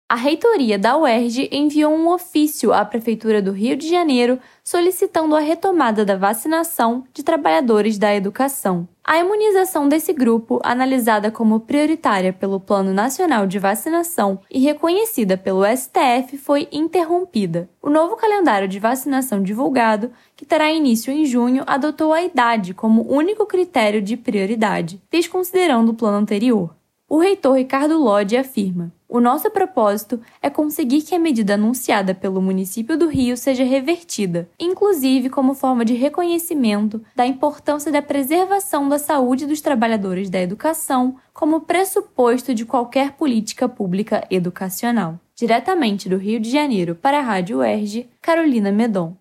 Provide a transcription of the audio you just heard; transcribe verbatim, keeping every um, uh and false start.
A reitoria da U E R J enviou um ofício à Prefeitura do Rio de Janeiro solicitando a retomada da vacinação de trabalhadores da educação. A imunização desse grupo, analisada como prioritária pelo Plano Nacional de Vacinação e reconhecida pelo S T F, foi interrompida. O novo calendário de vacinação divulgado, que terá início em junho, adotou a idade como único critério de prioridade, desconsiderando o plano anterior. O reitor Ricardo Lodi afirma: "O nosso propósito é conseguir que a medida anunciada pelo município do Rio seja revertida, inclusive como forma de reconhecimento da importância da preservação da saúde dos trabalhadores da educação como pressuposto de qualquer política pública educacional." Diretamente do Rio de Janeiro para a Rádio U E R J, Carolina Medon.